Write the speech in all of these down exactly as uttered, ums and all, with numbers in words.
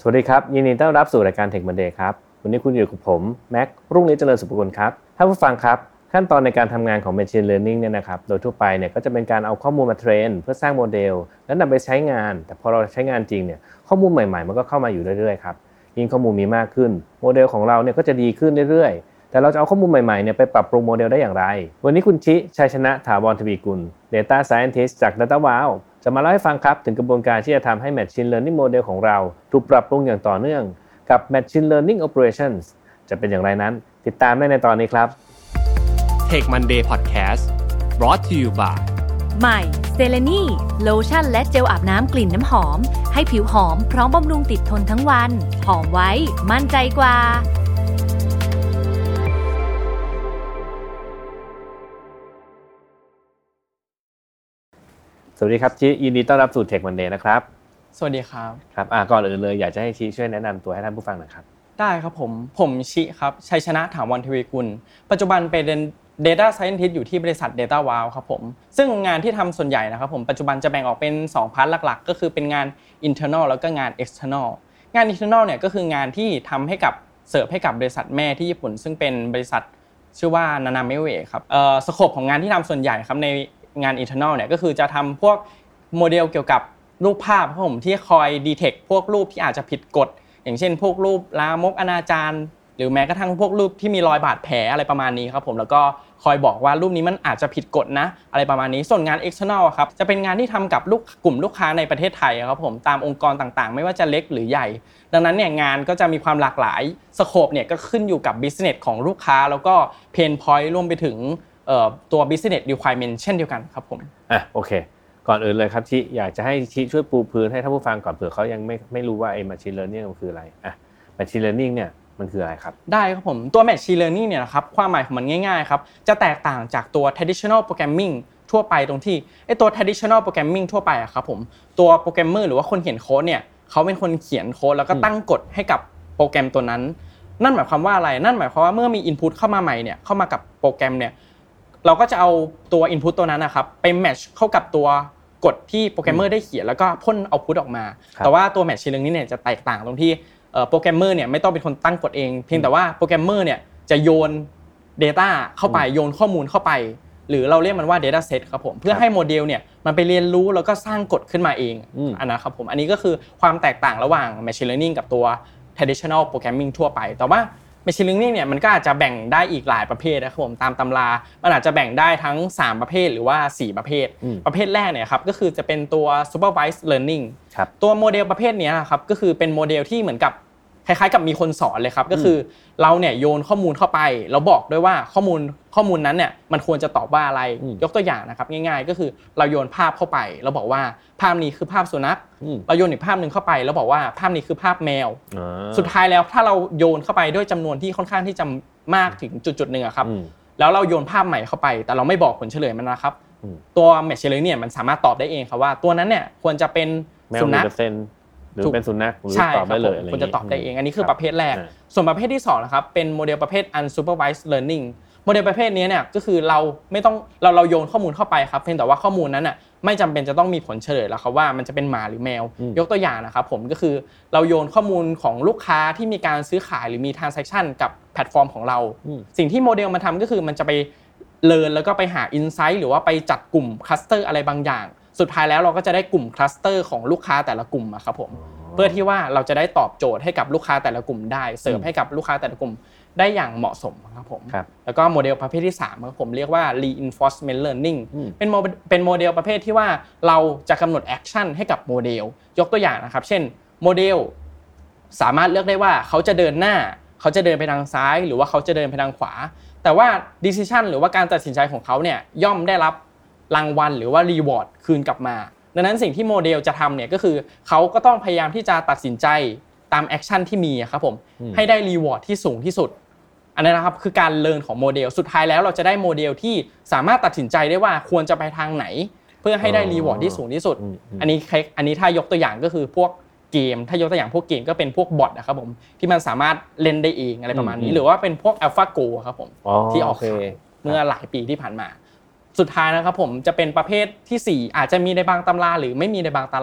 สวัสดีครับยินดีต้อนรับสู่รายการ Tech Monday ครับวันนี้คุณอยู่กับผมแม็กรุ่งฤทธิ์เจริญสุภกุลครับท่านผู้ฟังครับขั้นตอนในการทำงานของ Machine Learning เนี่ยนะครับโดยทั่วไปเนี่ยก็จะเป็นการเอาข้อมูลมาเทรนเพื่อสร้างโมเดลแล้วนำไปใช้งานแต่พอเราใช้งานจริงเนี่ยข้อมูลใหม่ๆมันก็เข้ามาอยู่เรื่อยๆครับยิ่งข้อมูลมีมากขึ้นโมเดลของเราเนี่ยก็จะดีขึ้นเรื่อยๆแต่เราจะเอาข้อมูลใหม่ๆเนี่ยไปปรับปรุงโมเดลได้อย่างไรวันนี้คุณชิชัยชนะถาวรทวีกุล Data Scientist จาก DataWow จะมาเล่าให้ฟังครับถึงกระบวนการที่จะทำให้ Machine Learning Model ของเราถูกปรับปรุงอย่างต่อเนื่องกับ Machine Learning Operations จะเป็นอย่างไรนั้นติดตามได้ในตอนนี้ครับ Tech Monday Podcast brought to you by ใหม่เซเลนีโลชั่นและเจลอาบน้ำกลิ่นน้ำหอมให้ผิวหอมพร้อมบำรุงติดทนทั้งวันหอมไว้มั่นใจกว่าสวัสดีครับชิยินดีต้อนรับสู่ Tech Monday นะครับสวัสดีครับครับอ่ะก่อนอื่นเลยอยากจะให้ชิช่วยแนะนำตัวให้ท่านผู้ฟังหน่อยครับได้ครับผมผมชิครับชัยชนะถาวรทวีกุลปัจจุบันเป็น Data Scientist อยู่ที่บริษัท DataWow ครับผมซึ่งงานที่ทำส่วนใหญ่นะครับผมปัจจุบันจะแบ่งออกเป็นสองพาร์ทหลักๆก็คือเป็นงาน Internal แล้วก็งาน External งาน Internal เนี่ยก็คืองานที่ทำให้กับเสิร์ฟให้กับบริษัทแม่ที่ญี่ปุ่นซึ่งเป็นบริษัทชื่อว่า Nanamewe ครับเอ่อสโคปของงานที่ทำส่วนใหญ่ครับในงาน Internal เนี่ยก็คือจะทำพวกโมเดลเกี่ยวกับรูปภาพครับผมที่คอย detect พวกรูปที่อาจจะผิดกฎอย่างเช่นพวกรูปลามกอนาจารหรือแม้กระทั่งพวกรูปที่มีรอยบาดแผลอะไรประมาณนี้ครับผมแล้วก็คอยบอกว่ารูปนี้มันอาจจะผิดกฎนะอะไรประมาณนี้ส่วนงาน external ครับจะเป็นงานที่ทำกับลูกกลุ่มลูกค้าในประเทศไทยครับผมตามองค์กรต่างๆไม่ว่าจะเล็กหรือใหญ่ดังนั้นเนี่ยงานก็จะมีความหลากหลายสโคปเนี่ยก็ขึ้นอยู่กับ business ของลูกค้าแล้วก็ pain point รวมไปถึงเอ่อตัว business requirement เช่นเดียวกันครับผมอ่ะโอเคก่อนอื่นเลยครับชิอยากจะให้ชิช่วยปูพื้นให้ท่านผู้ฟังก่อนเผื่อเขายังไม่ไม่รู้ว่าไอ้ Machine Learning มันคืออะไรอ่ะ Machine Learning เนี่ยมันคืออะไรครับได้ครับผมตัว Machine Learning เนี่ยนะครับความหมายของมันง่ายๆครับจะแตกต่างจากตัว Traditional Programming ทั่วไปตรงที่ไอ้ตัว Traditional Programming ทั่วไปอะครับผมตัวโปรแกรมเมอร์หรือว่าคนเขียนโค้ดเนี่ยเขาเป็นคนเขียนโค้ดแล้วก็ตั้งกฎให้กับโปรแกรมตัวนั้นนั่นหมายความว่าอะไรนั่นหมายความว่าเมื่อมี input เข้ามาใหม่เนี่ยเข้ามากับโปรแกรมเนี่ยเราก็จะเอาตัว input ตัวนั้นนะครับไป match เข้ากับตัวกฎที่โปรแกรมเมอร์ได้เขียนแล้วก็พ่นเอาพุตออกมาแต่ว่าตัว Machine Learning เนี่ยจะแตกต่างตรงที่เอ่อโปรแกรมเมอร์เนี่ยไม่ต้องเป็นคนตั้งกฎเองเพียงแต่ว่าโปรแกรมเมอร์เนี่ยจะโยน data เข้าไปโยนข้อมูลเข้าไปหรือเราเรียกมันว่า data set ครับผมเพื่อให้โมเดลเนี่ยมันไปเรียนรู้แล้วก็สร้างกฎขึ้นมาเองอันนะครับผมอันนี้ก็คือความแตกต่างระหว่าง Machine Learning กับตัว Traditional Programming ทั่วไปแต่ว่าMachine Learning เนี่ยมันก็อาจจะแบ่งได้อีกหลายประเภทนะครับผมตามตำรามันอาจจะแบ่งได้ทั้งสามประเภทหรือว่าสี่ประเภทประเภทแรกเนี่ยครับก็คือจะเป็นตัว Supervised Learning ตัวโมเดลประเภทนี้ครับก็คือเป็นโมเดลที่เหมือนกับคล้ายๆกับมีคนสอนเลยครับก็คือเราเนี่ยโยนข้อมูลเข้าไปแล้วบอกด้วยว่าข้อมูลข้อมูลนั้นเนี่ยมันควรจะตอบว่าอะไรยกตัวอย่างนะครับง่ายๆก็คือเราโยนภาพเข้าไปแล้วบอกว่าภาพนี้คือภาพสุนัขเราโยนอีกภาพนึงเข้าไปแล้วบอกว่าภาพนี้คือภาพแมวสุดท้ายแล้วถ้าเราโยนเข้าไปด้วยจำนวนที่ค่อนข้างที่จะมากถึงจุดๆนึงอะครับแล้วเราโยนภาพใหม่เข้าไปแต่เราไม่บอกผลเฉลยมันนะครับตัว Machine Learning เนี่ยมันสามารถตอบได้เองครับว่าตัวนั้นเนี่ยควรจะเป็นสุนัขหรือเป็นสุนัขหรือตอบได้เลยอะไรอย่างเงี้ยคุณจะตอบได้เองอันนี้คือประเภทแรกส่วนประเภทที่สองนะครับเป็นโมเดลประเภท unsupervised learning โมเดลประเภทนี้เนี่ยก็คือเราไม่ต้องเราเราโยนข้อมูลเข้าไปครับเพียงแต่ว่าข้อมูลนั้นน่ะไม่จำเป็นจะต้องมีผลเฉลยแล้วครับว่ามันจะเป็นหมาหรือแมวยกตัวอย่างนะครับผมก็คือเราโยนข้อมูลของลูกค้าที่มีการซื้อขายหรือมี transaction กับแพลตฟอร์มของเราสิ่งที่โมเดลมันทำก็คือมันจะไปเรียนแล้วก็ไปหา insight หรือว่าไปจัดกลุ่มคลัสเตอร์อะไรบางอย่างสุดท้ายแล้วเราก็จะได้กลุ่มคลัสเตอร์ของลูกค้าแต่ละกลุ่มอะครับผมเพื่อที่ว่าเราจะได้ตอบโจทย์ให้กับลูกค้าแต่ละกลุ่มได้เสิร์ฟให้กับลูกค้าแต่ละกลุ่มได้อย่างเหมาะสมครับผมแล้วก็โมเดลประเภทที่สามครับผมเรียกว่า reinforcement learning เป็นเป็นโมเดลประเภทที่ว่าเราจะกำหนดแอคชั่นให้กับโมเดลยกตัวอย่างนะครับเช่นโมเดลสามารถเลือกได้ว่าเขาจะเดินหน้าเขาจะเดินไปทางซ้ายหรือว่าเขาจะเดินไปทางขวาแต่ว่า decision หรือว่าการตัดสินใจของเขาเนี่ยย่อมได้รับรางวัลหรือว่า reward คืนกลับมาดังนั้นสิ่งที่โมเดลจะทำเนี่ยก็คือเขาก็ต้องพยายามที่จะตัดสินใจตามแอคชั่นที่มีครับผมให้ได้รีวอร์ดที่สูงที่สุดอันนั้นนะครับคือการเรียนของโมเดลสุดท้ายแล้วเราจะได้โมเดลที่สามารถตัดสินใจได้ว่าควรจะไปทางไหนเพื่อให้ได้รีวอร์ดที่สูงที่สุดอันนี้อันนี้ถ้ายกตัวอย่างก็คือพวกเกมถ้ายกตัวอย่างพวกเกมก็เป็นพวกบอทนะครับผมที่มันสามารถเล่นได้เองอะไรประมาณนี้หรือว่าเป็นพวก AlphaGo ครับผมที่ออกขายเมื่อหลายปีที่ผ่านมาสุดท้ายนะครับผมจะเป็นประเภทที่สี่อาจจะมีในบางตำราหรือไม่มีในบางตำรา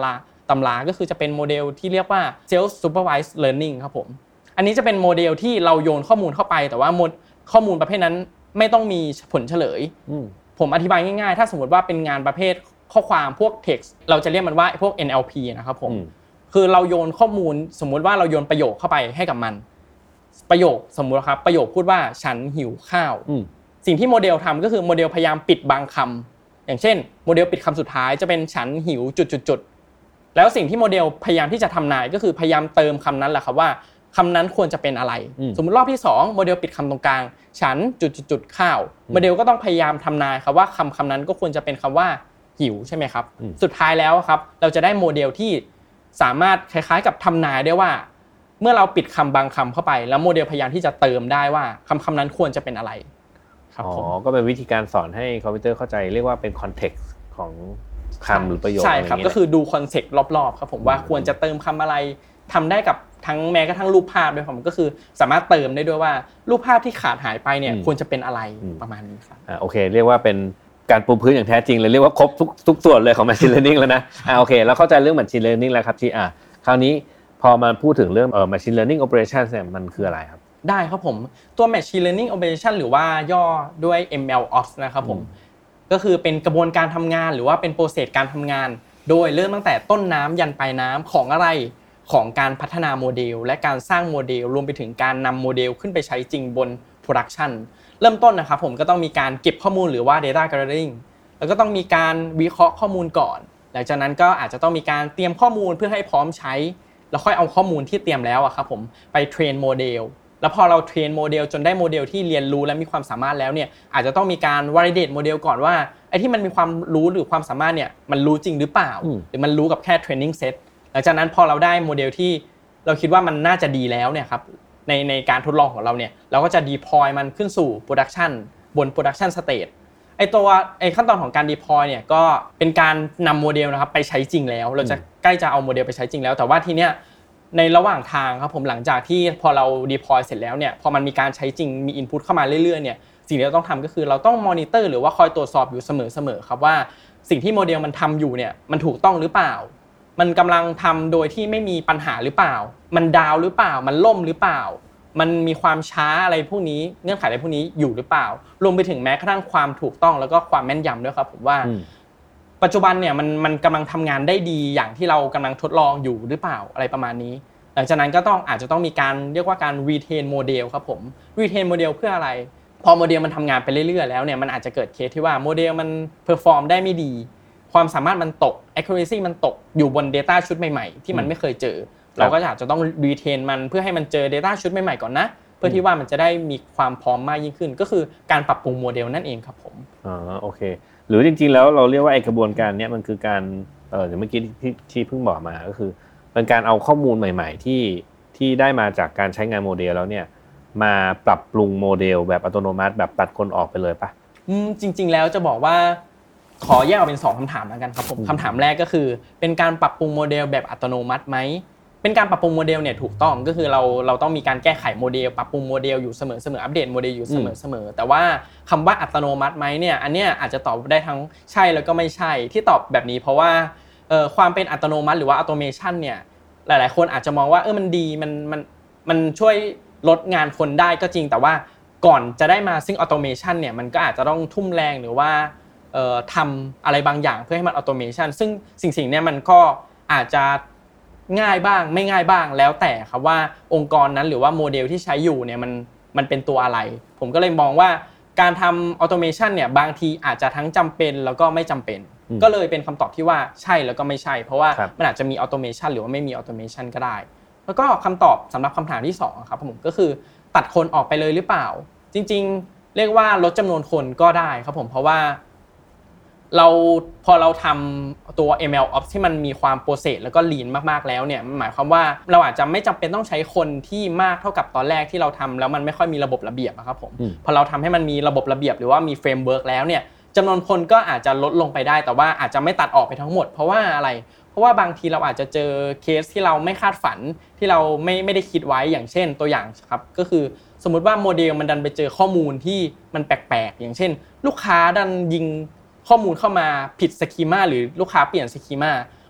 ตำราก็คือจะเป็นโมเดลที่เรียกว่า self supervised learning ครับผมอันนี้จะเป็นโมเดลที่เราโยนข้อมูลเข้าไปแต่ว่าข้อมูลประเภทนั้นไม่ต้องมีผลเฉลยผมอธิบายง่ายๆถ้าสมมติว่าเป็นงานประเภทข้อความพวก text เราจะเรียกมันว่าพวก เอ็น แอล พี นะครับผมคือเราโยนข้อมูลสมมุติว่าเราโยนประโยคเข้าไปให้กับมันประโยคสมมุติครับประโยคพูดว่าฉันหิวข้าวสิ่งที่โมเดลทำก็คือโมเดลพยายามปิดบางคำอย่างเช่นโมเดลปิดคำสุดท้ายจะเป็นฉันหิวจุดๆแล้วสิ่งที่โมเดลพยายามที่จะทำนายก็คือพยายามเติมคำนั้นแหละครับว่าคำนั้นควรจะเป็นอะไรสมมุติรอบที่สองโมเดลปิดคำตรงกลางฉันจุดๆข้าวโมเดลก็ต้องพยายามทำนายครับว่าคำคำนั้นก็ควรจะเป็นคำว่าหิวใช่ไหมครับสุดท้ายแล้วครับเราจะได้โมเดลที่สามารถคล้ายๆกับทำนายได้ว่าเมื่อเราปิดคำบางคำเข้าไปแล้วโมเดลพยายามที่จะเติมได้ว่าคำคำนั้นควรจะเป็นอะไรครับผมอ๋อก็เป็นวิธีการสอนให้คอมพิวเตอร์เข้าใจเรียกว่าเป็นคอนเท็กซ์ของคำหรือประโยคใช่ครับก็คือดูคอนเซ็ปต์รอบๆครับผมว่าควรจะเติมคำอะไรทำได้กับทั้งแม้กระทั่งรูปภาพด้วยผมก็คือสามารถเติมได้ด้วยว่ารูปภาพที่ขาดหายไปเนี่ยควรจะเป็นอะไรประมาณนี้ครับอ่าโอเคเรียกว่าเป็นการปูพื้นอย่างแท้จริงเลยเรียกว่าครบทุกทุกส่วนเลยของ machine learning แล้วนะอ่าโอเคแล้วเข้าใจเรื่อง machine learning แล้วครับที่อ่าคราวนี้พอมาพูดถึงเรื่องเอ่อ machine learning operations เนี่ยมันคืออะไรครับได้ครับผมตัว machine learning operation หรือว่าย่อด้วย เอ็ม แอล ops นะครับผมก็คือเป็นกระบวนการทำงานหรือว่าเป็นโปรเซสการทำงานโดยเริ่มตั้งแต่ต้นน้ำยันปลายน้ำของอะไรของการพัฒนาโมเดลและการสร้างโมเดลรวมไปถึงการนำโมเดลขึ้นไปใช้จริงบน production เริ่มต้นนะครับผมก็ต้องมีการเก็บข้อมูลหรือว่า data gathering แล้วก็ต้องมีการวิเคราะห์ข้อมูลก่อนหลังจากนั้นก็อาจจะต้องมีการเตรียมข้อมูลเพื่อให้พร้อมใช้แล้วค่อยเอาข้อมูลที่เตรียมแล้วอะครับผมไปเทรนโมเดลแล้วพอเราเทรนโมเดลจนได้โมเดลที่เรียนรู้และมีความสามารถแล้วเนี่ยอาจจะต้องมีการ validate โมเดลก่อนว่าไอ้ที่มันมีความรู้หรือความสามารถเนี่ยมันรู้จริงหรือเปล่าหรือมันรู้กับแค่ training set หลังจากนั้นพอเราได้โมเดลที่เราคิดว่ามันน่าจะดีแล้วเนี่ยครับในในการทดลองของเราเนี่ยเราก็จะ deploy มันขึ้นสู่ production บน production state ไอ้ตัวไอ้ขั้นตอนของการ deploy เนี่ยก็เป็นการนำโมเดลนะครับไปใช้จริงแล้วเราจะใกล้จะเอาโมเดลไปใช้จริงแล้วแต่ว่าทีเนี้ยในระหว่างทางครับผมหลังจากที่พอเรา deploy เสร็จแล้วเนี่ยพอมันมีการใช้จริงมี input เข้ามาเรื่อยๆเนี่ยสิ่งที่เราต้องทำก็คือเราต้อง monitor หรือว่าคอยตรวจสอบอยู่เสมอๆครับว่าสิ่งที่โมเดลมันทำอยู่เนี่ยมันถูกต้องหรือเปล่ามันกำลังทำโดยที่ไม่มีปัญหาหรือเปล่ามันดาวหรือเปล่ามันล่มหรือเปล่ามันมีความช้าอะไรพวกนี้เงื่อนไขอะไรพวกนี้อยู่หรือเปล่ารวมไปถึงแม้กระทั่งความถูกต้องแล้วก็ความแม่นยำด้วยครับผมว่าปัจจุบันเนี่ยมันมันกำลังทำงานได้ดีอย่างที่เรากำลังทดลองอยู่หรือเปล่าอะไรประมาณนี้หลังจากนั้นก็ต้องอาจจะต้องมีการเรียกว่าการ retain โมเดลครับผม retain โมเดลเพื่ออะไรพอโมเดลมันทำงานไปเรื่อยๆแล้วเนี่ยมันอาจจะเกิดเคสที่ว่าโมเดลมัน perform ได้ไม่ดีความสามารถมันตก accuracy มันตกอยู่บน data ชุดใหม่ๆที่มันไม่เคยเจอเราก็อาจจะต้อง retain มันเพื่อให้มันเจอ data ชุดใหม่ๆก่อนนะเพื่อที่ว่ามันจะได้มีความพร้อมมากยิ่งขึ้นก็คือการปรับปรุงโมเดลนั่นเองครับผมอ๋อโอเคหรือจริงๆแล้วเราเรียกว่าไอ้กระบวนการนี้มันคือการเอออย่างเมื่อกี้ที่ที่เพิ่งบอกมาก็คือเป็นการเอาข้อมูลใหม่ๆที่ที่ได้มาจากการใช้งานโมเดลแล้วเนี่ยมาปรับปรุงโมเดลแบบอัตโนมัติแบบตัดคนออกไปเลยป่ะอืมจริงๆแล้วจะบอกว่าขอแยกออกเป็นสองคำถามแล้วกันครับผมคำถามแรกก็คือเป็นการปรับปรุงโมเดลแบบอัตโนมัติไหมเป็นการปรับปรุงโมเดลเนี่ยถูกต้องก็คือเราเราต้องมีการแก้ไขโมเดลปรับปรุงโมเดลอยู่เสมอๆอัปเดตโมเดลอยู่เสมอๆแต่ว่าคำว่าอัตโนมัติไหมเนี่ยอันเนี้ยอาจจะตอบได้ทั้งใช่แล้วก็ไม่ใช่ที่ตอบแบบนี้เพราะว่าเอ่อความเป็นอัตโนมัติหรือว่าออโตเมชันเนี่ยหลายๆคนอาจจะมองว่าเออมันดีมันมันมันช่วยลดงานคนได้ก็จริงแต่ว่าก่อนจะได้มาซึ่งออโตเมชันเนี่ยมันก็อาจจะต้องทุ่มแรงหรือว่าเอ่อทำอะไรบางอย่างเพื่อให้มันออโตเมชันซึ่งสิ่งๆเนี่ยมันก็อาจจะง่ายบ้างไม่ง่ายบ้างแล้วแต่ครับว่าองค์กรนั้นหรือว่าโมเดลที่ใช้อยู่เนี่ยมันมันเป็นตัวอะไรผมก็เลยมองว่าการทำออโตเมชันเนี่ยบางทีอาจจะทั้งจำเป็นแล้วก็ไม่จำเป็นก็เลยเป็นคำตอบที่ว่าใช่แล้วก็ไม่ใช่เพราะว่ามันอาจจะมีออโตเมชันหรือว่าไม่มีออโตเมชันก็ได้แล้วก็คำตอบสำหรับคำถามที่สองครับผมก็คือตัดคนออกไปเลยหรือเปล่าจริงๆเรียกว่าลดจำนวนคนก็ได้ครับผมเพราะว่าเราพอเราทำตัว เอ็ม แอล Ops ที่มันมีความโปรเซสแล้วก็ lean มากๆแล้วเนี่ยมันหมายความว่าเราอาจจะไม่จำเป็นต้องใช้คนที่มากเท่ากับตอนแรกที่เราทำแล้วมันไม่ค่อยมีระบบระเบียบครับผมพอเราทำให้มันมีระบบระเบียบหรือว่ามีเฟรมเวิร์กแล้วเนี่ยจำนวนคนก็อาจจะลดลงไปได้แต่ว่าอาจจะไม่ตัดออกไปทั้งหมดเพราะว่าอะไรเพราะว่าบางทีเราอาจจะเจอเคสที่เราไม่คาดฝันที่เราไม่ไม่ได้คิดไว้อย่างเช่นตัวอย่างครับก็คือสมมุติว่าโมเดลมันดันไปเจอข้อมูลที่มันแปลกๆอย่างเช่นลูกค้าดันยิงข้อมูลเข้ามาผิดสคีมาหรือลูกค้าเปลี่ยนสคีมา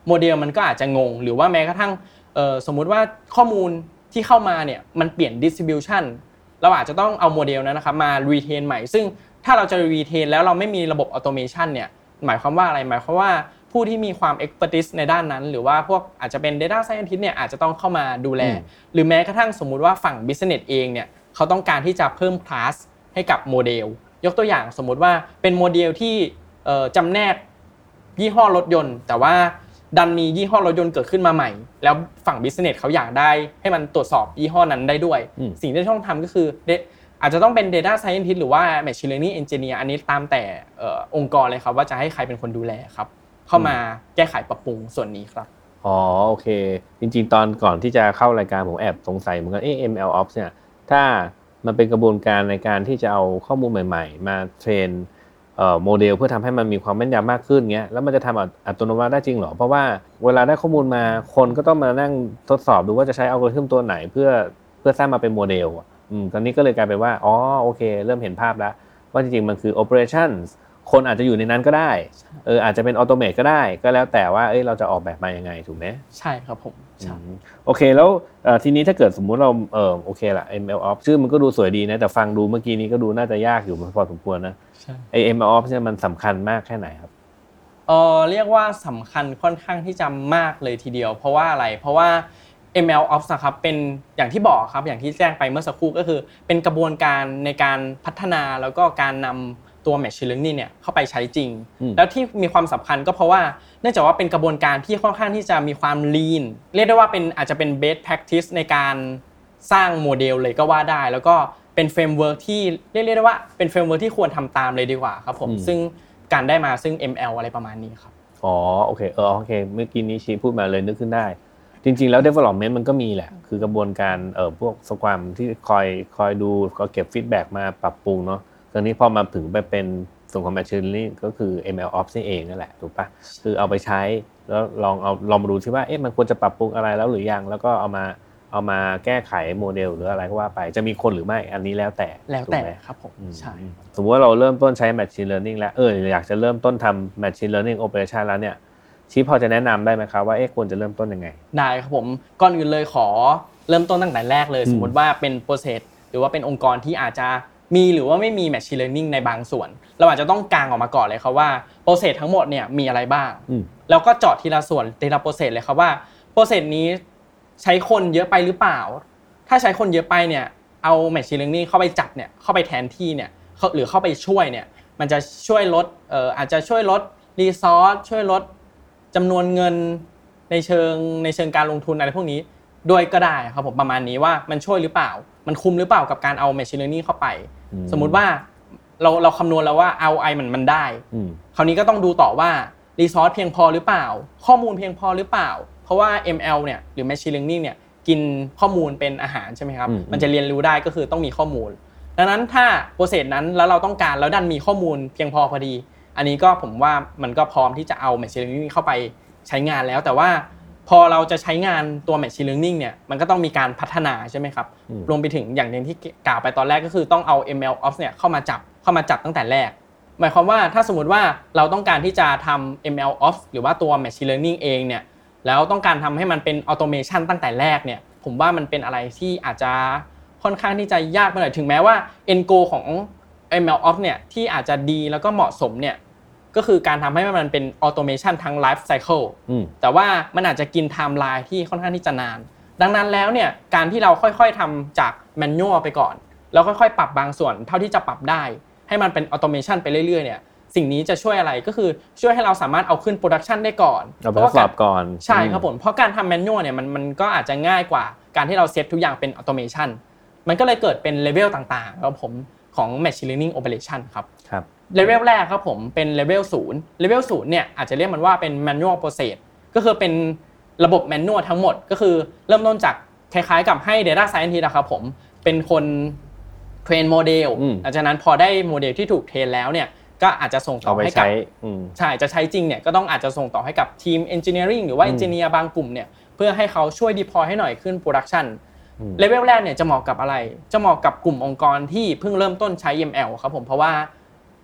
โมเดลมันก็อาจจะงงหรือว่าแม้กระทั่งเอ่อสมมุติว่าข้อมูลที่เข้ามาเนี่ยมันเปลี่ยน distribution เราอาจจะต้องเอาโมเดลนั้นนะครับมา retain ใหม่ซึ่งถ้าเราจะ retain แล้วเราไม่มีระบบ automation เนี่ยหมายความว่าอะไรหมายความว่าผู้ที่มีความ expertise ในด้านนั้นหรือว่าพวกอาจจะเป็น data scientist เนี่ยอาจจะต้องเข้ามาดูแลหรือแม้กระทั่งสมมุติว่าฝั่ง business เองเนี่ยเขาต้องการที่จะเพิ่มคลาสให้กับโมเดลยกตัวอย่างสมมุติว่าเป็นโมเดลที่เอ่อจำแนกยี่ห้อรถยนต์แต่ว่าดันมียี่ห้อรถยนต์เกิดขึ้นมาใหม่แล้วฝั่ง business เขาอยากได้ให้มันตรวจสอบยี่ห้อนั้นได้ด้วยสิ่งที่ต้องทำก็คืออาจจะต้องเป็น data scientist หรือว่า machine learning engineer อันนี้ตามแต่เอ่อองค์กรเลยครับว่าจะให้ใครเป็นคนดูแลครับเข้ามาแก้ไขปรับปรุงส่วนนี้ครับอ๋อโอเคจริงๆตอนก่อนที่จะเข้ารายการผมแอบสงสัยเหมือนกันเอ๊ะ เอ็ม แอล Ops เนี่ยถ้ามันเป็นกระบวนการในการที่จะเอาข้อมูลใหม่ๆมาเทรนเอ่อโมเดลเพื่อทำให้มันมีความแม่นยำมากขึ้นเงี้ยแล้วมันจะทำอัตโนมัติได้จริงเหรอเพราะว่าเวลาได้ข้อมูลมาคนก็ต้องมานั่งทดสอบดูว่าจะใช้อัลกอริทึมตัวไหนเพื่อเพื่อสร้างมาเป็นโมเดลอ่ะอืมตอนนี้ก็เลยกลายเป็นว่าอ๋อโอเคเริ่มเห็นภาพแล้วว่าจริงๆมันคือ operations คนอาจจะอยู่ในนั้นก็ได้เอออาจจะเป็นออโตเมตก็ได้ก็แล้วแต่ว่าเอ้ยเราจะออกแบบมายังไงถูกมั้ยใช่ครับผมใช่โอเคแล้วเอ่อทีนี้ถ้าเกิดสมมุติเราเอ่อโอเคล่ะ เอ็ม แอล Ops ชื่อมันก็ดูสวยดีนะแต่ฟังดูเมื่อกี้นี้ก็ดูน่าจะยากอยู่พอสมควรนะใช่ไอ้ เอ็ม แอล Ops เนี่ยมันสำคัญมากแค่ไหนครับเอ่อเรียกว่าสำคัญค่อนข้างที่จะมากเลยทีเดียวเพราะว่าอะไรเพราะว่า เอ็ม แอล Ops นะครับเป็นอย่างที่บอกครับอย่างที่แจ้งไปเมื่อสักครู่ก็คือเป็นกระบวนการในการพัฒนาแล้วก็การนำตัว machine learning เนี่ยเข้าไปใช้จริงแล้วที่มีความสำคัญก็เพราะว่าเนื่องจากว่าเป็นกระบวนการที่ค่อนข้างที่จะมีความ lean เรียกได้ว่าเป็นอาจจะเป็น best practice ในการสร้างโมเดลเลยก็ว่าได้แล้วก็เป็นเฟรมเวิร์คที่เรียกได้ว่าเป็นเฟรมเวิร์คที่ควรทำตามเลยดีกว่าครับผมซึ่งการได้มาซึ่ง เอ็ม แอล อะไรประมาณนี้ครับอ๋อโอเคเออโอเคเมื่อกี้นี้ชี้พูดมาเลยนึกขึ้นได้จริงๆแล้ว development มันก็มีแหละคือกระบวนการเอ่อพวกสควอมที่คอยคอยดูก็เก็บฟีดแบ็กมาปรับปรุงเนาะตอนนี้พอมาถึงไปเป็นส่วนของ machine learning ก็คือ เอ็ม แอล Ops นี่เองนั่นแหละถูกป่ะคือเอาไปใช้แล้วลองเอาลองมาดูซิว่าเอ๊ะมันควรจะปรับปรุงอะไรแล้วหรือยังแล้วก็เอามาเอามาแก้ไขโมเดลหรืออะไรก็ว่าไปจะมีคนหรือไม่อันนี้แล้วแต่แล้วแต่ครับผมใช่สมมุติว่าเราเริ่มต้นใช้ machine learning แล้วเอออยากจะเริ่มต้นทำ machine learning operation แล้วเนี่ยชี้พอจะแนะนำได้ไหมครับว่าเอ๊ะควรจะเริ่มต้นยังไงได้ครับผมก่อนอื่นเลยขอเริ่มต้นตั้งแต่แรกเลยสมมติว่าเป็นโปรเซสหรือว่าเป็นองค์กรที่อาจจะมีหรือว่าไม่มี machine learning ในบางส่วนเราอาจจะต้องกางออกมาก่อนเลยครับว่าโปรเซสทั้งหมดเนี่ยมีอะไรบ้างแล้วก็เจาะทีละส่วนทีละโปรเซสเลยครับว่าโปรเซสนี้ใช้คนเยอะไปหรือเปล่าถ้าใช้คนเยอะไปเนี่ยเอา machine learning เข้าไปจับเนี่ยเข้าไปแทนที่เนี่ยหรือเข้าไปช่วยเนี่ยมันจะช่วยลดเอ่ออาจจะช่วยลด resource ช่วยลดจำนวนเงินในเชิงในเชิงการลงทุนอะไรพวกนี้ด้วยก็ได้ครับผมประมาณนี้ว่ามันช่วยหรือเปล่ามันคุ้มหรือเปล่ากับการเอา machine learning เข้าไปสมมุติว่าเราเราคำนวณแล้วว่า อาร์ โอ ไอ มันมันได้คราวนี้ก็ต้องดูต่อว่า resource เพียงพอหรือเปล่าข้อมูลเพียงพอหรือเปล่าเพราะว่า เอ็ม แอล เนี่ยหรือ machine learning เนี่ยกินข้อมูลเป็นอาหารใช่ไหมครับมันจะเรียนรู้ได้ก็คือต้องมีข้อมูลดังนั้นถ้าโปรเซสนั้นแล้วเราต้องการแล้วดันมีข้อมูลเพียงพอพอดีอันนี้ก็ผมว่ามันก็พร้อมที่จะเอา machine learning เข้าไปใช้งานแล้วแต่ว่าพอเราจะใช้งานตัว machine learning เนี่ยมันก็ต้องมีการพัฒนาใช่ไหมครับรวมไปถึงอย่างนึงที่กล่าวไปตอนแรกก็คือต้องเอา เอ็ม แอล Ops เนี่ยเข้ามาจับเข้ามาจับตั้งแต่แรกหมายความว่าถ้าสมมุติว่าเราต้องการที่จะทำ เอ็ม แอล Ops หรือว่าตัว machine learning เองเนี่ยแล้วต้องการทำให้มันเป็น automation ตั้งแต่แรกเนี่ยผมว่ามันเป็นอะไรที่อาจจะค่อนข้างที่จะยากไปหน่อยถึงแม้ว่า end goal ของ เอ็ม แอล Ops เนี่ยที่อาจจะดีแล้วก็เหมาะสมเนี่ยก็คือการทำให้มันเป็น automation ทั้ง life cycle แต่ว่ามันอาจจะกิน timeline ที่ค่อนข้างที่จะนานดังนั้นแล้วเนี่ยการที่เราค่อยๆทำจาก manual ไปก่อนแล้วค่อยๆปรับบางส่วนเท่าที่จะปรับได้ให้มันเป็น automation ไปเรื่อยๆเนี่ยสิ่งนี้จะช่วยอะไรก็คือช่วยให้เราสามารถเอาขึ้น production ได้ก่อนเอาไปทดสอบก่อนใช่ครับผมเพราะการทำ manual เนี่ยมันมันก็อาจจะง่ายกว่าการที่เราเซตทุกอย่างเป็น automation มันก็เลยเกิดเป็น level ต่างๆครับผมของ machine learning operation ครับครับเลเวลแรกครับผมเป็นเลเวลศูนย์เลเวลศูนย์เนี่ยอาจจะเรียกมันว่าเป็น manual process ก็คือเป็นระบบ manual ทั้งหมดก็คือเริ่มต้นจากคล้ายๆกับให้ data scientist นะครับผมเป็นคนเทรนโมเดลหลังจากนั้นพอได้โมเดลที่ถูกเทรนแล้วเนี่ยก็อาจจะส่งต่อให้กับใช่จะใช้จริงเนี่ยก็ต้องอาจจะส่งต่อให้กับทีม engineering หรือว่า engineer บางกลุ่มเนี่ยเพื่อให้เขาช่วย deploy ให้หน่อยขึ้น production เลเวลแรกเนี่ยจะเหมาะกับอะไรจะเหมาะกับกลุ่มองค์กรที่เพิ่งเริ่มต้นใช้ เอ็ม แอล ครับผมเพราะว่า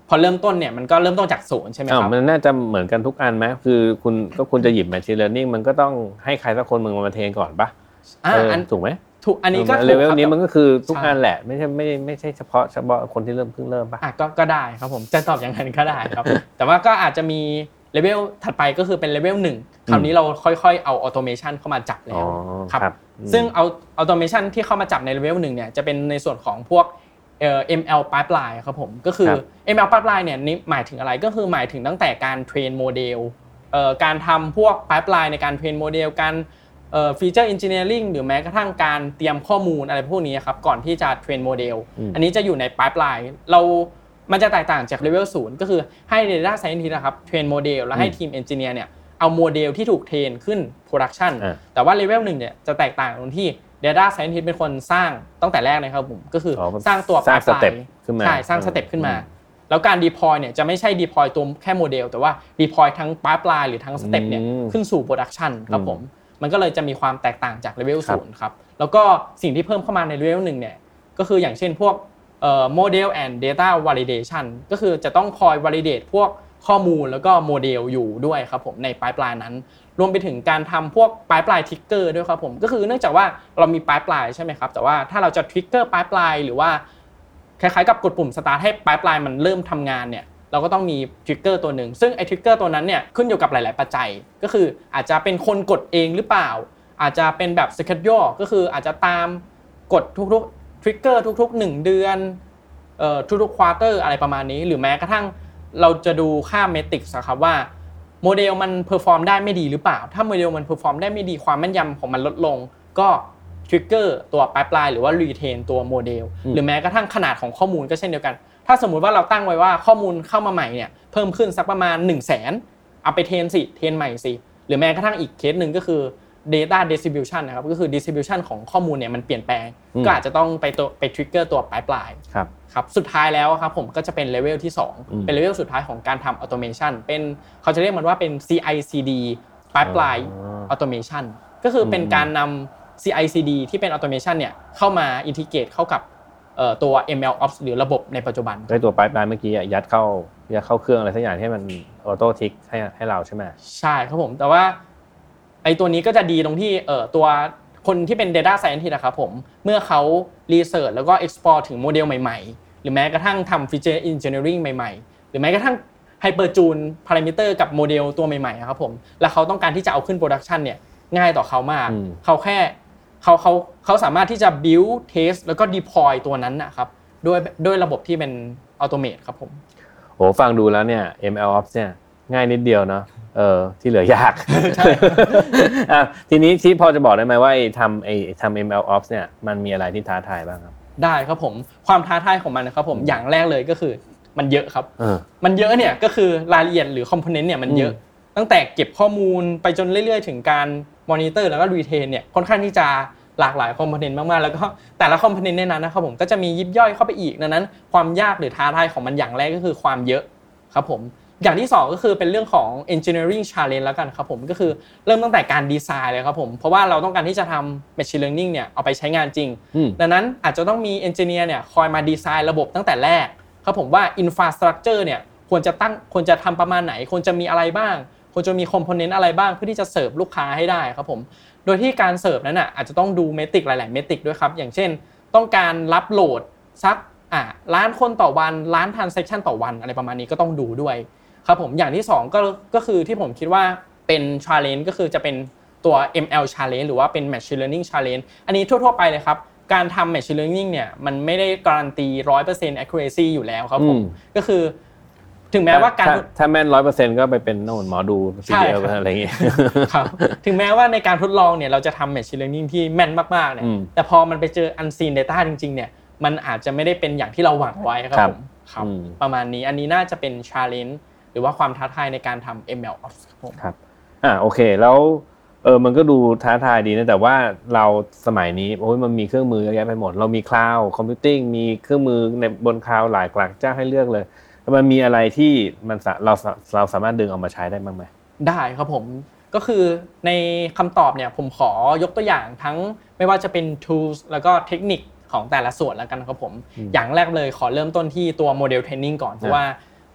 พอเริ่มต้นเนี่ยมันก็เริ่มต้นจากศูนย์ใช่ไหมครับมันน่าจะเหมือนกันทุกอันไหมคือคุณก็คุณจะหยิบ machine learning มันก็ต้องให้ใครสักคนมึงมาเทรนก่อนป่ะอ่าอันถูกไหมถูกอันนี้ก็เลเวลนี้มันก็คือทุกอันแหละไม่ใช่ไม่ไม่ใช่เฉพาะเฉพาะคนที่เริ่มเพิ่งเริ่มป่ะอ่ะก็ก็ได้ครับผมจะตอบอย่างนั้นก็ได้ครับ แต่ว่าก็อาจจะมีเลเวลถัดไปก็คือเป็นเลเวลหนึ่งคราวนี้เราค่อยๆเอาออโตเมชันเข้ามาจับแล้วครับซึ่งเอาออโตเมชันที่เข้ามาจับในเลเวลหนึ่งเนี่ยจะเป็นในส่วนของพวกเอ่อ เอ็ม แอล pipeline ครับผมก็คือ เอ็ม แอล pipeline เนี่ยนี่หมายถึงอะไรก็คือหมายถึงตั้งแต่การเทรนโมเดลเอ่อการทำพวก pipeline ในการเทรนโมเดลการเอ่อ feature engineering หรือแม้กระทั่งการเตรียมข้อมูลอะไรพวกนี้ครับก่อนที่จะเทรนโมเดลอันนี้จะอยู่ใน pipeline เรามันจะแตกต่างจากเลเวลศูนย์ก็คือให้ data scientist นะครับเทรนโมเดลแล้วให้ทีม engineer เนี่ยเอาโมเดลที่ถูกเทรนขึ้น production แต่ว่าเลเวลหนึ่งเนี่ยจะแตกต่างตรงที่ data scientist เป็นคนสร้างตั้งแต่แรกนะครับผมก็คือสร้างตัว pipeline ขึ้นมาใช่สร้างสเต็ปขึ้นมาแล้วการ deploy เนี่ยจะไม่ใช่ deploy ตัวแค่โมเดลแต่ว่า deploy ทั้ง pipeline หรือทั้งสเต็ปเนี่ยขึ้นสู่ production ครับผมมันก็เลยจะมีความแตกต่างจากเลเวลศูนย์ครับแล้วก็สิ่งที่เพิ่มเข้ามาในเลเวลหนึ่งเนี่ยก็คืออย่างเช่นพวกเอ่อ model and data validation ก็คือจะต้องคอย validate พวกข้อมูลแล้วก็โมเดลอยู่ด้วยครับผมใน pipeline นั้นรวมไปถึงการทำพวก pipeline trigger ด้วยครับผมก็คือเนื่องจากว่าเรามี pipeline ใช่ไหมครับแต่ว่าถ้าเราจะ trigger pipeline หรือว่าคล้ายๆกับกดปุ่ม start ให้ pipeline มันเริ่มทำงานเนี่ยเราก็ต้องมี trigger ตัวหนึ่งซึ่งไอ้ trigger ตัวนั้นเนี่ยขึ้นอยู่กับหลายๆปัจจัยก็คืออาจจะเป็นคนกดเองหรือเปล่าอาจจะเป็นแบบ schedule ก็คืออาจจะตามกดทุกๆ trigger ทุกๆหนึ่งเดือนเอ่อทุกๆ quarter อะไรประมาณนี้หรือแม้กระทั่งเราจะดูค่า metrics ครับว่าโมเดลมันเพอร์ฟอร์มได้ไม่ดีหรือเปล่าถ้าโมเดลมันเพอร์ฟอร์มได้ไม่ดีความแม่นยำของมันลดลงก็ทริกเกอร์ตัว pipeline หรือว่า retain ตัวโมเดลหรือแม้กระทั่งขนาดของข้อมูลก็เช่นเดียวกันถ้าสมมุติว่าเราตั้งไว้ว่าข้อมูลเข้ามาใหม่เนี่ยเพิ่มขึ้นสักประมาณ หนึ่งแสน เอาไปเทรนสิเทรนใหม่สิหรือแม้กระทั่งอีกเคสนึงก็คือ data distribution นะครับก็คือ distribution ของข้อมูลเนี่ยมันเปลี่ยนแปลงก็อาจจะต้องไปตัวไป trigger ตัว pipeline ครับครับสุดท้ายแล้วครับผมก็จะเป็นเลเวลที่สองเป็นเลเวลสุดท้ายของการทำ automation เป็นเขาจะเรียกมันว่าเป็น ซี ไอ ซี ดี pipeline automation ก็คือเป็นการนำ ซี ไอ ซี ดี ที่เป็น automation เนี่ยเข้ามา integrate เข้ากับตัว เอ็ม แอล Ops หรือระบบในปัจจุบันไอ้ตัว pipeline เมื่อกี้ยัดเข้ายัดเข้าเครื่องอะไรสักอย่างให้มันออโต้ทิกให้ให้เราใช่ไหมใช่ครับผมแต่ว่าไอ้ตัวนี้ก็จะดีตรงที่เอ่อตัวคนที่เป็น data scientist นะครับผมเมื่อเขา research แล้วก็ explore ถึงโมเดลใหม่ๆหรือแม้กระทั่งทำ feature engineering ใหม่ๆหรือแม้กระทั่ง hypertune parameter กับโมเดลตัวใหม่ๆครับผมแล้วเขาต้องการที่จะเอาขึ้น production เนี่ยง่ายต่อเขามากเขาแค่เขาเขาเขาสามารถที่จะ build test แล้วก็ deploy ตัวนั้นนะครับด้วยด้วยระบบที่เป็น automate ครับผมโหฟังดูแล้วเนี่ย เอ็ม แอล Ops เนี่ยง่ายนิดเดียวเนาะเออที่เหลือยากใช่อ่ะทีนี้ที่พอจะบอกได้ไหมว่าไอ้ทำไอ้ทำ เอ็ม แอล Ops เนี่ยมันมีอะไรที่ท้าทายบ้างครับได้ครับผมความท้าทายของมันนะครับผมอย่างแรกเลยก็คือมันเยอะครับมันเยอะเนี่ยก็คือรายละเอียดหรือคอมโพเนนต์เนี่ยมันเยอะตั้งแต่เก็บข้อมูลไปจนเรื่อยๆถึงการมอนิเตอร์แล้วก็รีเทนเนี่ยค่อนข้างที่จะหลากหลายคอมโพเนนต์มากๆแล้วก็แต่ละคอมโพเนนต์ในนั้นนะครับผมก็จะมียิบย่อยเข้าไปอีกดังนั้นความยากหรือท้าทายของมันอย่างแรกก็คือความเยอะครับผมอย่างที่สองก็คือเป็นเรื่องของ engineering challenge แล้วกันครับผมก็คือเริ่มตั้งแต่การดีไซน์เลยครับผมเพราะว่าเราต้องการที่จะทำ machine learning เนี่ยเอาไปใช้งานจริงดังนั้นอาจจะต้องมี engineer เนี่ยคอยมาดีไซน์ระบบตั้งแต่แรกครับผมว่า infrastructure เนี่ยควรจะตั้งควรจะทำประมาณไหนควรจะมีอะไรบ้างควรจะมี component อะไรบ้างเพื่อที่จะเสิร์ฟลูกค้าให้ได้ครับผมโดยที่การเสิร์ฟนั้นน่ะอาจจะต้องดูเมทริกหลายๆเมทริกด้วยครับอย่างเช่นต้องการรับโหลดสักอ่ะล้านคนต่อวันล้าน transaction ต่อวันอะไรประมาณนี้ก็ต้องดูด้วยครับผมอย่างที่สองก็ก็คือที่ผมคิดว่าเป็น challenge ก็คือจะเป็นตัว เอ็ม แอล challenge หรือว่าเป็น machine learning challenge อันนี้ทั่วๆไปเลยครับการทำ machine learning เนี่ยมันไม่ได้การันตี หนึ่งร้อยเปอร์เซ็นต์ accuracy อยู่แล้วครับผมก็คือถึงแม้ว่าการถ้าแม่น หนึ่งร้อยเปอร์เซ็นต์ ก็ไปเป็นโน่นหมอดู ซี ดี แอล อะไรอย่างเงี้ยครับถึงแม้ว่าในการทดลองเนี่ยเราจะทำ machine learning ที่แม่นมากๆเนี่ยแต่พอมันไปเจอ unseen data จริงๆเนี่ยมันอาจจะไม่ได้เป็นอย่างที่เราหวังไว้ครับผมครับประมาณนี้อันนี้น่าจะเป็น challenge หรือว่าความท้าทายในการทำ เอ็ม แอล Ops ครับผมครับอ่าโอเคแล้วเออมันก็ดูท้าทายดีนะแต่ว่าเราสมัยนี้โอ้ยมันมีเครื่องมือเยอะแยะไปหมดเรามี cloud computing มีเครื่องมือในบน cloud หลายหลายเจ้าให้เลือกเลยมันมีอะไรที่มันเราเราสามารถดึงเอามาใช้ได้บ้างไหมได้ครับผมก็คือในคำตอบเนี่ยผมขอยกตัวอย่างทั้งไม่ว่าจะเป็น tools แล้วก็เทคนิคของแต่ละส่วนแล้วกันครับผมอย่างแรกเลยขอเริ่มต้นที่ตัว model training ก่อนเพราะว่า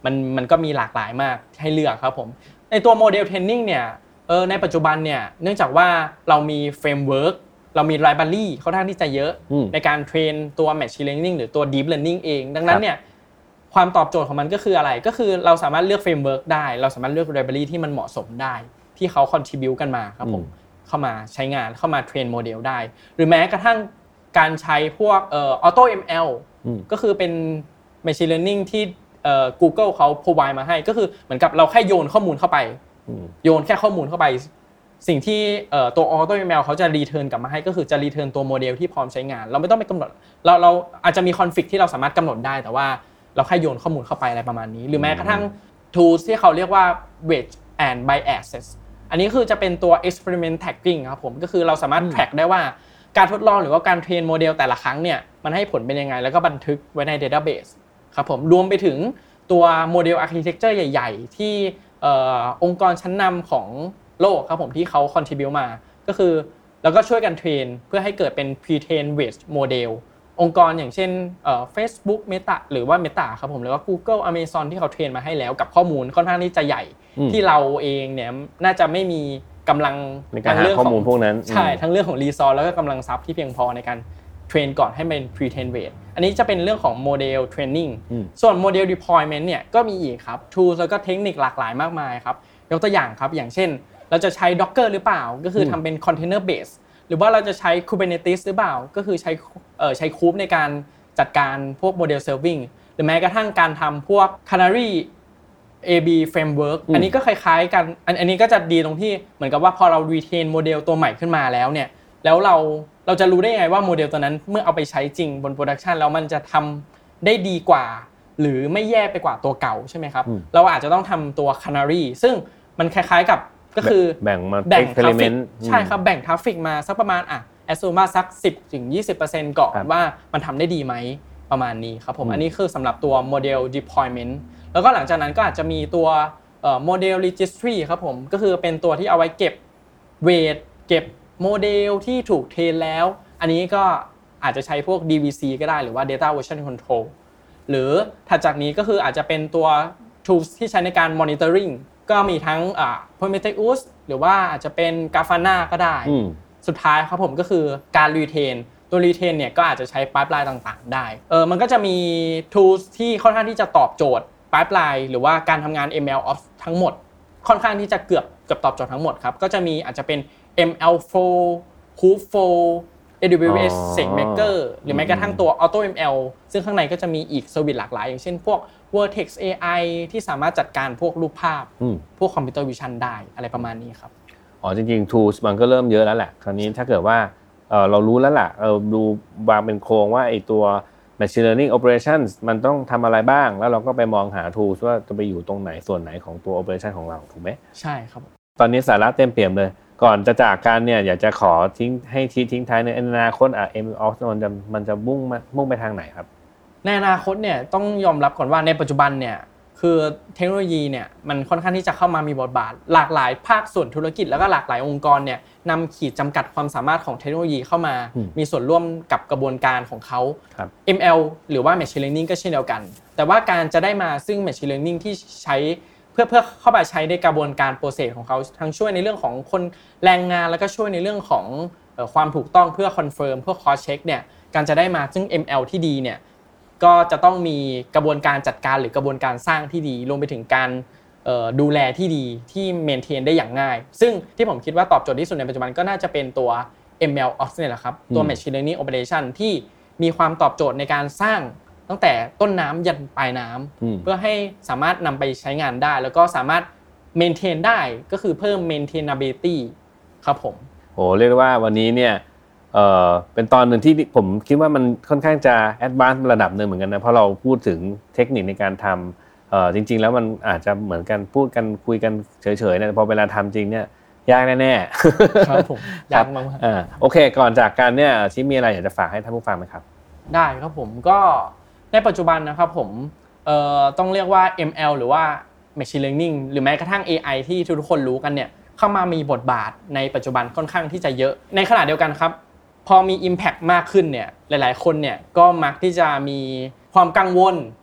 มันมันก็มีหลากหลายมากให้เลือกครับผมในตัวโมเดลเทรนนิ่งเนี่ยเออในปัจจุบันเนี่ยเนื่องจากว่าเรามีเฟรมเวิร์กเรามีไลบรารีค่อนข้างที่จะเยอะในการเทรนตัว Machine Learning หรือตัว Deep Learning เองดังนั้นเนี่ยความตอบโจทย์ของมันก็คืออะไรก็คือเราสามารถเลือกเฟรมเวิร์กได้เราสามารถเลือกไลบรารีที่มันเหมาะสมได้ที่เขา contribute กันมาครับผมเข้ามาใช้งานเข้ามาเทรนโมเดลได้หรือแม้กระทั่งการใช้พวกเอ่อ Auto เอ็ม แอล ก็คือเป็น Machine Learning ที่เอ่อ Google เขา provide มาให้ก็คือเหมือนกับเราแค่โยนข้อมูลเข้าไปโยนแค่ข้อมูลเข้าไปสิ่งที่เอ่อตัว Auto เอ็ม แอล เขาจะ return กลับมาให้ก็คือจะ return ตัวโมเดลที่พร้อมใช้งานเราไม่ต้องไปกำหนดเราเราอาจจะมี conflict ที่เราสามารถกำหนดได้แต่ว่าเราแค่โยนข้อมูลเข้าไปอะไรประมาณนี้หรือแม้กระทั่ง tools ที่เขาเรียกว่า weight and biases อันนี้คือจะเป็นตัว experiment tagging ครับผมก็คือเราสามารถ track ได้ว่าการทดลองหรือว่าการเทรนโมเดลแต่ละครั้งเนี่ยมันให้ผลเป็นยังไงแล้วก็บันทึกไว้ใน database ครับผมรวมไปถึงตัวโมเดล architecture ใหญ่ๆที่เอ่อองค์กรชั้นนำของโลกครับผมที่เขา contribute มาก็คือแล้วก็ช่วยกันเทรนเพื่อให้เกิดเป็น pre-trained weight model องค์กรอย่างเช่นเอ่อ Facebook Meta หรือว่า Meta ครับผมหรือว่า Google Amazon ที่เขาเทรนมาให้แล้วกับข้อมูลค่อนข้างที่จะใหญ่ที่เราเองเนี่ยน่าจะไม่มีกำลังในการหาข้อมูลพวกนั้นใช่ทั้งเรื่องของรีซอร์สแล้วก็กำลังทรัพย์ที่เพียงพอในการเทรนก่อนให้เป็น pre-trained weight อันนี้จะเป็นเรื่องของโมเดลเทรนนิ่งส่วนโมเดล deployment เนี่ยก็มีอีกครับ tools แล้วก็เทคนิคหลากหลายมากมายครับยกตัวอย่างครับอย่างเช่นเราจะใช้ Docker หรือเปล่าก็คือทำเป็น container base หรือว่าเราจะใช้ Kubernetes หรือเปล่าก็คือใช้เอ่อใช้ Kube ในการจัดการพวก model serving หรือแม้กระทั่งการทำพวก Canary เอ บี framework อันนี้ก็คล้ายๆกันอันนี้ก็จะดีตรงที่เหมือนกับว่าพอเรา retain โมเดลตัวใหม่ขึ้นมาแล้วเนี่ยแล้วเราเราจะรู้ได้ยังไงว่าโมเดลตัวนั้นเมื่อเอาไปใช้จริงบน production แล้วมันจะทำได้ดีกว่าหรือไม่แย่ไปกว่าตัวเก่าใช่ไหมครับเราอาจจะต้องทำตัว Canary ซึ่งมันคล้ายๆกับก็คือแบ่งมาแบ่ง traffic ใช่ครับแบ่ง traffic มาสักประมาณอ่ะ assume มาสัก สิบถึงยี่สิบเปอร์เซ็นต์ ก่อนว่ามันทำได้ดีไหมประมาณนี้ครับผมอันนี้คือสำหรับตัว model deploymentแล้วก็หลังจากนั้นก็อาจจะมีตัวเอ่อ model registry ครับผมก็คือเป็นตัวที่เอาไว้เก็บ weight เก็บโมเดลที่ถูกเทรนแล้วอันนี้ก็อาจจะใช้พวก ดี วี ซี ก็ได้หรือว่า data version control หรือถัดจากนี้ก็คืออาจจะเป็นตัว tools ที่ใช้ในการ monitoring ก็มีทั้งอ่า Prometheus หรือว่าอาจจะเป็น Grafana ก็ได้สุดท้ายครับผมก็คือการ retain ตัว retain เนี่ยก็อาจจะใช้ pipeline ต่างๆได้เออมันก็จะมี tools ที่ค่อนข้างที่จะตอบโจทย์ pipeline หรือว่าการทำงาน เอ็ม แอล Ops ทั้งหมดค่อนข้างที่จะเกือบเกือบตอบโจทย์ทั้งหมดครับก็จะมีอาจจะเป็น เอ็ม แอล Flow Kubeflow เอ ดับเบิลยู เอส SageMaker หรือแม้กระทั่งตัว Auto เอ็ม แอล ซึ่งข้างในก็จะมีอีกเซอร์วิสหลากหลายอย่างเช่นพวก Vertex เอ ไอ ที่สามารถจัดการพวกรูปภาพพวก Computer Vision ได้อะไรประมาณนี้ครับอ๋อจริงๆ tools มันก็เริ่มเยอะแล้วแหละคราวนี้ถ้าเกิดว่าเอ่อเรารู้แล้วล่ะเออดูวางเป็นโครงว่าไอ้ตัว Machine Learning Operations มันต้องทำอะไรบ้างแล้วเราก็ไปมองหา tools ว่าจะไปอยู่ตรงไหนส่วนไหนของตัว operation ของเราถูกไหมใช่ครับตอนนี้สาระเต็มเปี่ยมเลยก่อนจะจากกันเนี่ยอยากจะขอทิ้งให้ทีทิ้งท้ายในอนาคตอ่ะ เอ็ม แอล Ops มันจะมันจะมุ่งมุ่งไปทางไหนครับในอนาคตเนี่ยต้องยอมรับก่อนว่าในปัจจุบันเนี่ยคือเทคโนโลยีเนี่ยมันค่อนข้างที่จะเข้ามามีบทบาทหลากหลายภาคส่วนธุรกิจแล้วก็หลากหลายองค์กรเนี่ยนำขีดจำกัดความสามารถของเทคโนโลยีเข้ามามีส่วนร่วมกับกระบวนการของเขา เอ็ม แอล หรือว่า Machine Learning ก็เช่นเดียวกันแต่ว่าการจะได้มาซึ่ง Machine Learning ที่ใช้เพื่อเพื่อเข้าไปใช้ในกระบวนการโปรเซสของเขาทั้งช่วยในเรื่องของคนแรงงานแล้วก็ช่วยในเรื่องของเอ่อความถูกต้องเพื่อคอนเฟิร์มเพื่อ cross check เนี่ยการจะได้มาซึ่ง เอ็ม แอล ที่ดีเนี่ยก็จะต้องมีกระบวนการจัดการหรือกระบวนการสร้างที่ดีรวมไปถึงการเอ่อดูแลที่ดีที่เมนเทนได้อย่างง่ายซึ่งที่ผมคิดว่าตอบโจทย์ที่สุดในปัจจุบันก็น่าจะเป็นตัว เอ็ม แอล Ops เนี่ยแหละครับตัว Machine Learning Operation ที่มีความตอบโจทย์ในการสร้างตั้งแต่ต้นน้ำยันปลายน้ำเพื่อให้สามารถนำไปใช้งานได้แล้วก็สามารถเมนเทนได้ก็คือเพิ่ม maintainability ครับผมโหเรียกว่าวันนี้เนี่ยเอ่อเป็นตอนหนึ่งที่ผมคิดว่ามันค่อนข้างจะแอดวานซ์ระดับนึงเหมือนกันนะเพราะเราพูดถึงเทคนิคในการทำเอ่อจริงๆแล้วมันอาจจะเหมือนกันพูดกันคุยกันเฉยๆนะพอเวลาทำจริงเนี่ยยากแน่ๆครับผมยากมากๆอ่าโอเคก่อนจากกันเนี่ยที่มีอะไรอยากจะฝากให้ท่านผู้ฟังไหมครับได้ครับผมก็ในปัจจุบันนะครับผมเอ่อต้องเรียกว่า เอ็ม แอล หรือว่า Machine Learning หรือแม้กระทั่ง เอ ไอ ที่ทุกคนรู้กันเนี่ยเข้ามามีบทบาทในปัจจุบันค่อนข้างที่จะเยอะในขณะเดียวกันครับพอมี impact มากขึ้นเนี่ยหลายๆคนเนี่ยก็มักที่จะมีความกังวล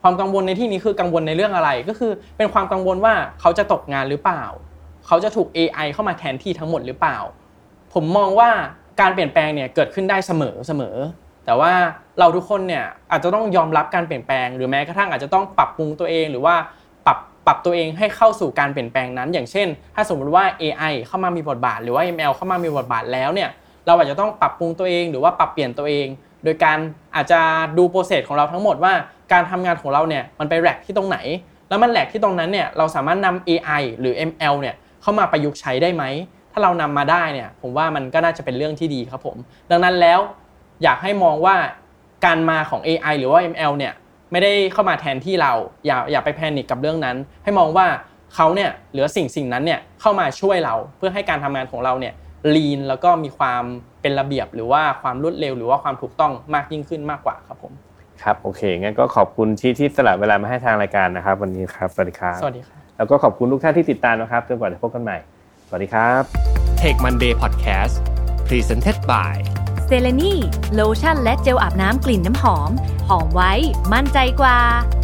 ความกังวลในที่นี้คือกังวลในเรื่องอะไรก็คือเป็นความกังวลว่าเขาจะตกงานหรือเปล่าเขาจะถูก เอ ไอ เข้ามาแทนที่ทั้งหมดหรือเปล่าผมมองว่าการเปลี่ยนแปลงเนี่ยเกิดขึ้นได้เสมอเสมอแต่ว่าเราทุกคนเนี่ยอาจจะต้องยอมรับการเปลี่ยนแปลงหรือแม้กระทั่งอาจจะต้องปรับปรุงตัวเองหรือว่าปรับปรับตัวเองให้เข้าสู่การเปลี่ยนแปลงนั้นอย่างเช่นถ้าสมมุติว่า เอ ไอ เข้ามามีบทบาทหรือว่า เอ็ม แอล เข้ามามีบทบาทแล้วเนี่ยเราอาจจะต้องปรับปรุงตัวเองหรือว่าปรับเปลี่ยนตัวเองโดยการอาจจะดูโปรเซสของเราทั้งหมดว่าการทำงานของเราเนี่ยมันไปแลกที่ตรงไหนแล้วมันแลกที่ตรงนั้นเนี่ยเราสามารถนำ เอ ไอ หรือ เอ็ม แอล เนี่ยเข้ามาประยุกต์ใช้ได้ไหมถ้าเรานำมาได้เนี่ยผมว่ามันก็น่าจะเป็นเรื่องที่ดีครับผมดังนั้นแล้วอยากให้มองว่าการมาของ เอ ไอ หรือว่า เอ็ม แอล เนี่ยไม่ได้เข้ามาแทนที่เราอย่าอย่าไปแพนิคกับเรื่องนั้นให้มองว่าเขาเนี่ยหรือสิ่งสิ่งนั้นเนี่ยเข้ามาช่วยเราเพื่อให้การทำงานของเราเนี่ยลีนแล้วก็มีความเป็นระเบียบหรือว่าความรวดเร็วหรือว่าความถูกต้องมากยิ่งขึ้นมากกว่าครับผมครับโอเคงั้นก็ขอบคุณที่ที่สละเวลามาให้ทางรายการนะครับวันนี้ครับสวัสดีครับสวัสดีครับแล้วก็ขอบคุณทุกท่านที่ติดตามนะครับจนกว่าจะพบกันใหม่สวัสดีครับ Tech Monday Podcast Presented by เซเลนีโลชั่นและเจลอาบน้ำกลิ่นน้ำหอมหอมไว้มั่นใจกว่า